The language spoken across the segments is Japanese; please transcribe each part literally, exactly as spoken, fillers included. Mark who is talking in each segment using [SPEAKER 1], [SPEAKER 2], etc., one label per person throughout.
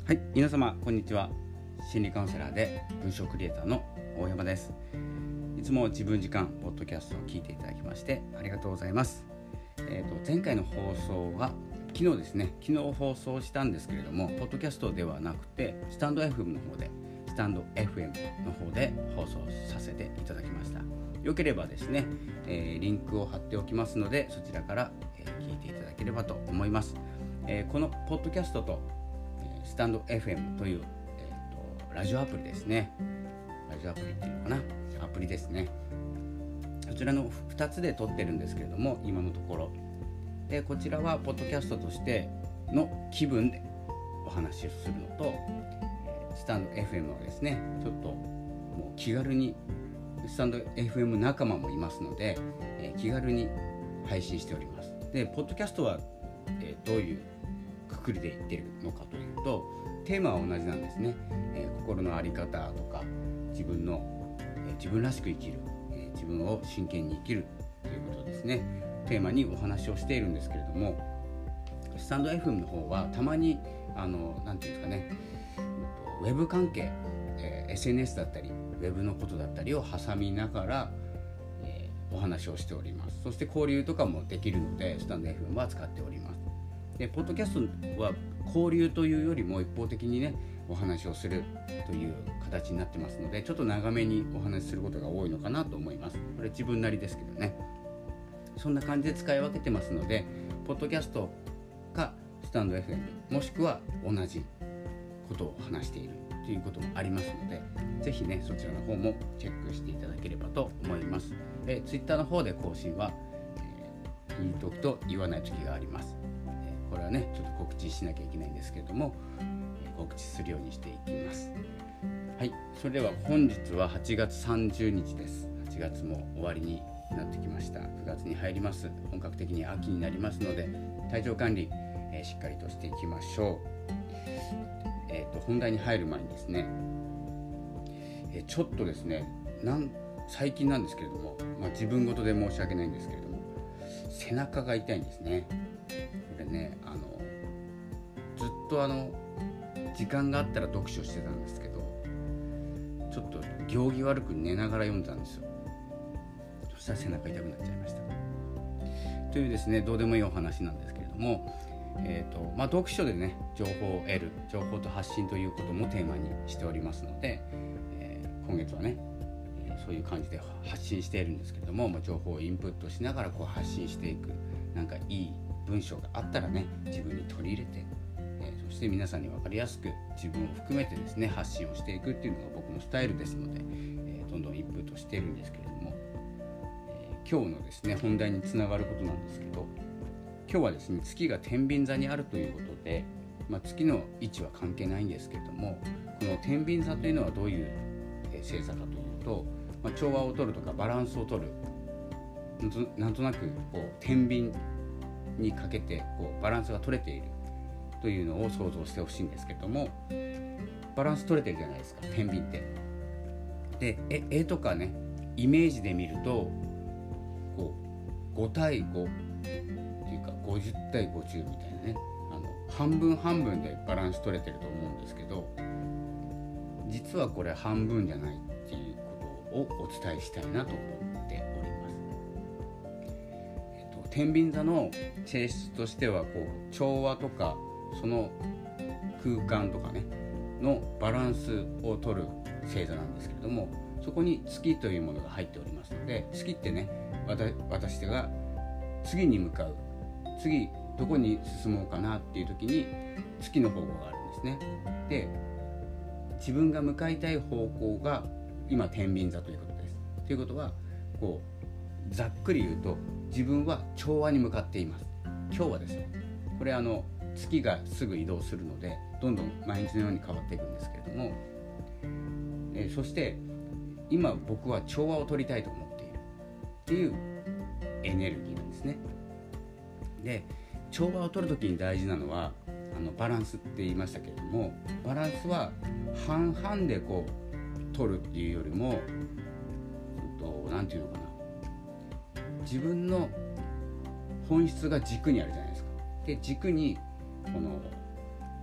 [SPEAKER 1] はい、皆様こんにちは。心理カウンセラーで文章クリエイターの大山です。いつも自分時間ポッドキャストを聞いていただきましてありがとうございます。えーと、前回の放送は昨日ですね昨日放送したんですけれども、ポッドキャストではなくてスタンド エフエム の方でスタンド エフエム の方で放送させていただきました。よければですね、えー、リンクを貼っておきますので、そちらから、えー、聞いていただければと思います。えー、このポッドキャストとスタンド エフエム という、えー、とラジオアプリですね。ラジオアプリっていうのかな、アプリですね。そちらのふたつで撮ってるんですけれども、今のところでこちらはポッドキャストとしての気分でお話をするのと、スタンド エフエム はですね、ちょっともう気軽にスタンド エフエム 仲間もいますので、えー、気軽に配信しております。でポッドキャストは、えー、どういうくくりで言ってるのかというと、テーマは同じなんですね。えー、心の在り方とか自分の、えー、自分らしく生きる、えー、自分を真剣に生きるということですね、テーマにお話をしているんですけれども、スタンド エフエム の方はたまにあのなんていうんですかね、ウェブ関係、えー、エスエヌエス だったりウェブのことだったりを挟みながら、えー、お話をしております。そして交流とかもできるのでスタンド エフエム は使っております。でポッドキャストは交流というよりも一方的にねお話をするという形になってますので、ちょっと長めにお話しすることが多いのかなと思います。これ自分なりですけどね、そんな感じで使い分けてますので、ポッドキャストかスタンド エフエム もしくは同じことを話しているということもありますので、ぜひねそちらの方もチェックしていただければと思います。で Twitter の方で更新は、えー、言いとくと言わない時があります。これはねちょっと告知しなきゃいけないんですけれども、告知するようにしていきます。はい、それでは本日ははちがつさんじゅうにちです。はちがつも終わりになってきました。くがつに入ります。本格的に秋になりますので、体調管理、えー、しっかりとしていきましょう。えーと、本題に入る前にですね、えー、ちょっとですねなん最近なんですけれども、まあ、自分事で申し訳ないんですけれども、背中が痛いんですね。これね、あのずっとあの時間があったら読書してたんですけど、ちょっと行儀悪く寝ながら読んでたんですよ。そしたら背中痛くなっちゃいました。というですね、どうでもいいお話なんですけれども、えーとまあ、読書でね情報を得る、情報と発信ということもテーマにしておりますので、えー、今月はね、えー、そういう感じで発信しているんですけれども、まあ、情報をインプットしながらこう発信していく、なんかいい文章があったらね自分に取り入れて、えー、そして皆さんに分かりやすく自分を含めてですね発信をしていくっていうのが僕のスタイルですので、えー、どんどんインプットしているんですけれども、えー、今日のですね本題につながることなんですけど、今日はですね月が天秤座にあるということで、まあ、月の位置は関係ないんですけれども、この天秤座というのはどういう星座かというと、まあ、調和を取るとかバランスを取る、なんとなくこう天秤にかけてこうバランスが取れているというのを想像してほしいんですけれども、バランス取れてるじゃないですか、天秤って。で絵、絵とかねイメージで見るとこうごたいごっていうかごじゅうたいごじゅうみたいなね、あの半分半分でバランス取れてると思うんですけど、実はこれ半分じゃないっていうことをお伝えしたいなと思っております。えっと、天秤座の性質としてはこう調和とかその空間とかねのバランスを取る星座なんですけれども、そこに月というものが入っておりますので、月ってね私が次に向かう、次どこに進もうかなっていう時に月の方向があるんですね。で自分が向かいたい方向が今天秤座ということです。ということはこうざっくり言うと自分は調和に向かっています。今日はですね、これあの月がすぐ移動するのでどんどん毎日のように変わっていくんですけれども、えー、そして今僕は調和を取りたいと思っているっていうエネルギーなんですね。で調和を取るときに大事なのはあのバランスって言いましたけれども、バランスは半々でこう取るっていうよりも、となんていうのかな、自分の本質が軸にあるじゃないですか。で軸にこの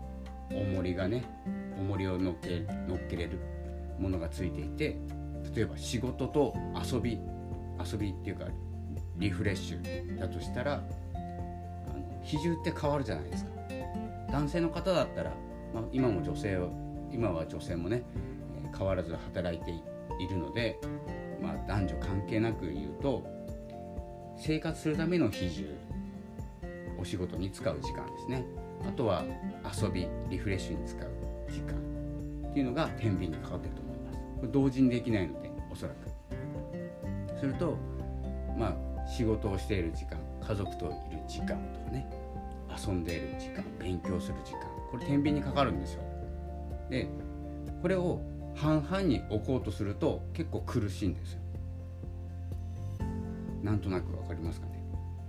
[SPEAKER 1] 重りがね重りを乗っけ、乗っけれるものがついていて、例えば仕事と遊び遊びっていうかリフレッシュだとしたら、あの比重って変わるじゃないですか。男性の方だったら、まあ、今も女性は今は女性もね、えー変わらず働いているので、まあ、男女関係なく言うと、生活するための比重、お仕事に使う時間ですね、あとは遊びリフレッシュに使う時間っていうのが天秤にかかっていると思います。これ同時にできないので、おそらくすると、まあ仕事をしている時間、家族といる時間とかね、遊んでいる時間、勉強する時間、これ天秤にかかるんですよ。でこれを半々に置こうとすると結構苦しいんですよ。なんとなくわかりますかね。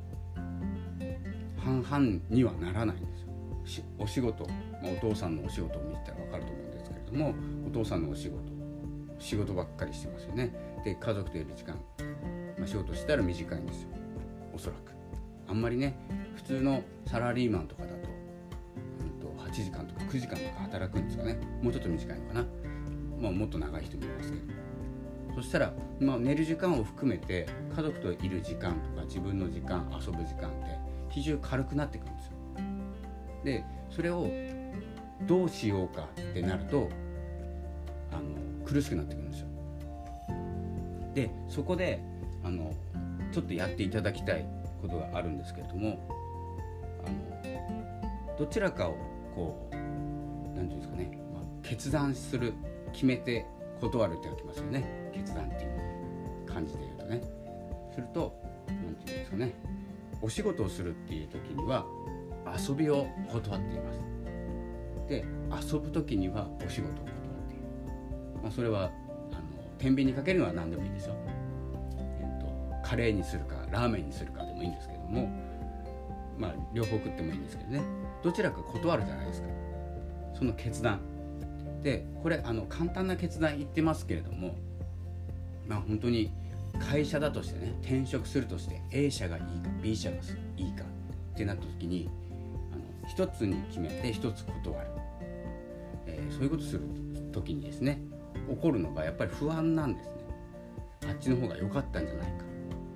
[SPEAKER 1] 半々にはならないんですよ。お仕事、まあ、お父さんのお仕事を見てたらわかると思うんですけれども、お父さんのお仕事仕事ばっかりしてますよね。で家族といる時間、まあ、仕事したら短いんですよ、おそらく。あんまりね、普通のサラリーマンとかだと、うん、とはちじかんとかくじかんとか働くんですかね。もうちょっと短いのかな、まあ、もっと長い人もいますけど、そしたら、まあ、寝る時間を含めて家族といる時間とか自分の時間、遊ぶ時間って比重軽くなってくるんですよ。でそれをどうしようかってなると、あの苦しくなってくるんですよ。でそこであのちょっとやっていただきたいことがあるんですけれども、あのどちらかをこうなんていうんですかね、まあ、決断する、決めて断るって書きますよね。決断っていう感じで言うとね。するとなんていうんですかね、お仕事をするっていう時には遊びを断っています。で遊ぶ時にはお仕事を断っている。まあ、それはあの天秤にかけるのは何でもいいですよ。えっとカレーにするかラーメンにするかでもいいんですけども、まあ両方食ってもいいんですけどね、どちらか断るじゃないですか。その決断で、これあの簡単な決断言ってますけれども、まあ本当に会社だとしてね、転職するとして A 社がいいか B 社がいいかってなった時に、あの一つに決めて一つ断る、えー、そういうことする時にですね、起こるのがやっぱり不安なんですね。あっちの方が良かったんじゃないか、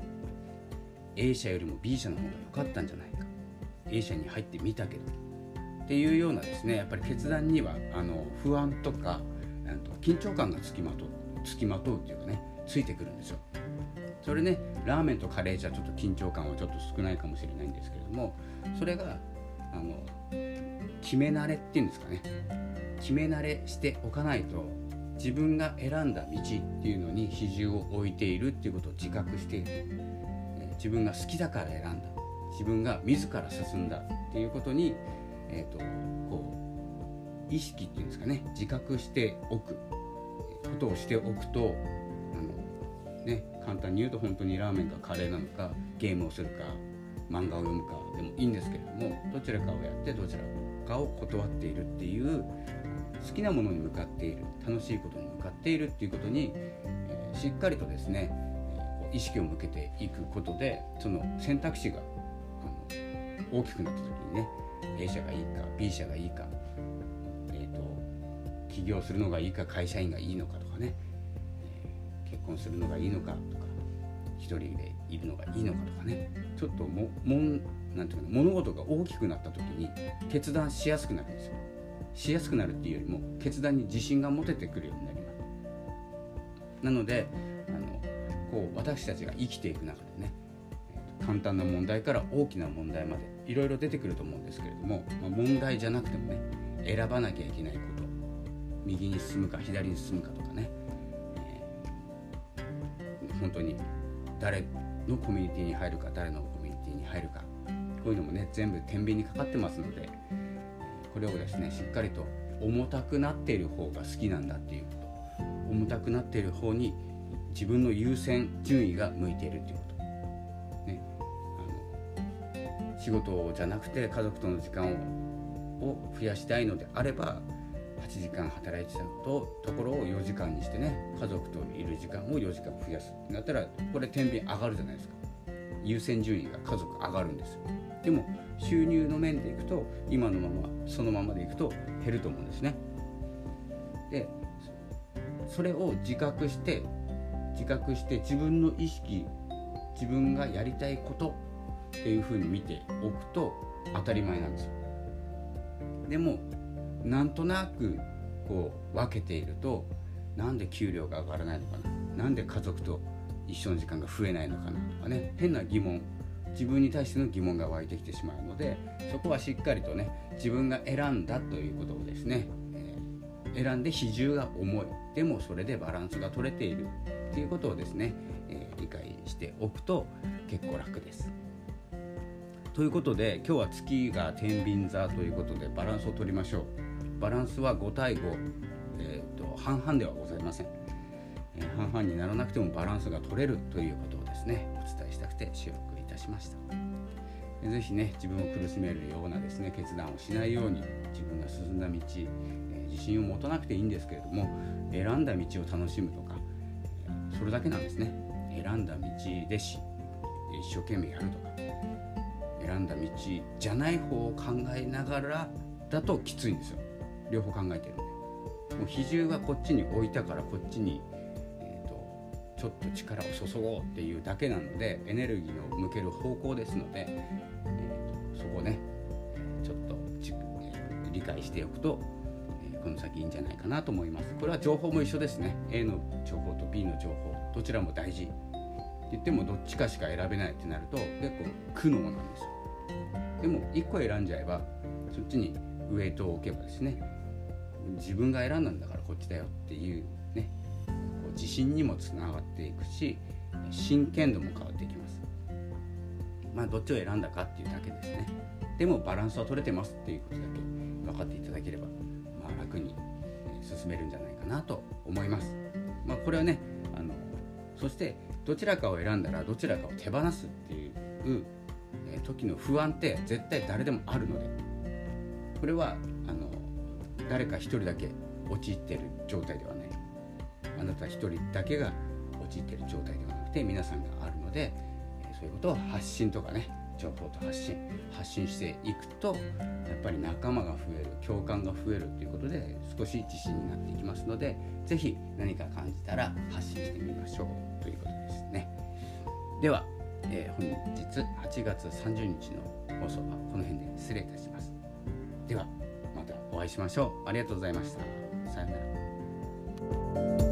[SPEAKER 1] A 社よりも B 社の方が良かったんじゃないか、 A 社に入ってみたけどっていうようなですね、やっぱり決断にはあの不安とか緊張感がつきまとうつきまとうっていうかね、ついてくるんですよ。それね、ラーメンとカレーじゃちょっと緊張感はちょっと少ないかもしれないんですけれども、それがあの決め慣れっていうんですかね、決め慣れしておかないと、自分が選んだ道っていうのに比重を置いているっていうことを自覚している。自分が好きだから選んだ、自分が自ら進んだっていうことに、えーと、こう意識っていうんですかね、自覚しておくことをしておくと、あの、ね、簡単に言うと本当にラーメンかカレーなのか、ゲームをするか漫画を読むかでもいいんですけれども、どちらかをやってどちらかを断っているっていう、好きなものに向かっている、楽しいことに向かっているっていうことに、えー、しっかりとですね、えー、意識を向けていくことで、その選択肢があの大きくなった時にね、A 社がいいか B 社がいいか、えーと、起業するのがいいか会社員がいいのかとかね、えー、結婚するのがいいのかとか、一人でいるのがいいのかとかね、ちょっとももんなんていうか、物事が大きくなった時に決断しやすくなるんですよ。しやすくなるっていうよりも、決断に自信が持ててくるようになります。なのであのこう私たちが生きていく中でね、簡単な問題から大きな問題までいろいろ出てくると思うんですけれども、まあ、問題じゃなくてもね、選ばなきゃいけないこと、右に進むか左に進むかとかね、えー、本当に誰のコミュニティに入るか、誰のコミュニティに入るか、こういうのもね、全部天秤にかかってますので、これをですね、しっかりと重たくなっている方が好きなんだっていうこと、重たくなっている方に自分の優先順位が向いているっていうこと、ね、あの仕事じゃなくて家族との時間を、を増やしたいのであれば、はちじかん働いてたところをよじかんにしてね、家族といる時間をよじかん増やすってなったら、これ天秤上がるじゃないですか。優先順位が家族上がるんですよ。でも収入の面でいくと今のままそのままでいくと減ると思うんですね。でそれを自覚して自覚して自分の意識、自分がやりたいことっていう風に見ておくと当たり前なんですよ。でもなんとなくこう分けていると、なんで給料が上がらないのかな、なんで家族と一緒の時間が増えないのかなとかね、変な疑問、自分に対しての疑問が湧いてきてしまうので、そこはしっかりとね、自分が選んだということをですね、えー、選んで比重が重い、でもそれでバランスが取れているということをですね、えー、理解しておくと結構楽です。ということで今日は月が天秤座ということでバランスを取りましょう。バランスはご対ご、えー、と半々ではございません、えー、半々にならなくてもバランスが取れるということをですねお伝えしたくて収録いたしました。ぜひね、自分を苦しめるようなですね決断をしないように、自分が進んだ道、えー、自信を持たなくていいんですけれども、選んだ道を楽しむとか、えー、それだけなんですね。選んだ道でし一生懸命やるとか、選んだ道じゃない方を考えながらだときついんですよ。両方考えてるんで、もう比重はこっちに置いたからこっちに、えーと、ちょっと力を注ごうっていうだけなので、エネルギーを向ける方向ですので、えーと、そこをねちょっとち、えー、理解しておくと、えー、この先いいんじゃないかなと思います。これは情報も一緒ですね。 A の情報と B の情報どちらも大事って言ってもどっちかしか選べないってなると結構苦悩なんですよ。でもいっこ選んじゃえば、そっちにウェイトを置けばですね、自分が選んだんだからこっちだよっていうね、こう自信にもつながっていくし、真剣度も変わっていきます。まあどっちを選んだかっていうだけですね。でもバランスは取れてますっていうことだけ分かっていただければ、まあ、楽に進めるんじゃないかなと思います。まあこれはね、あのそしてどちらかを選んだらどちらかを手放すっていう時の不安って絶対誰でもあるので、これはあの誰か一人だけ陥っている状態ではない、あなた一人だけが陥っている状態ではなくて皆さんがあるので、そういうことを発信とかね、情報と発信発信していくと、やっぱり仲間が増える、共感が増えるということで少し自信になっていきますので、ぜひ何か感じたら発信してみましょうということですね。では、えー、本日はちがつさんじゅうにちの放送はこの辺で失礼いたします。ではまたお会いしましょう。ありがとうございました。さようなら。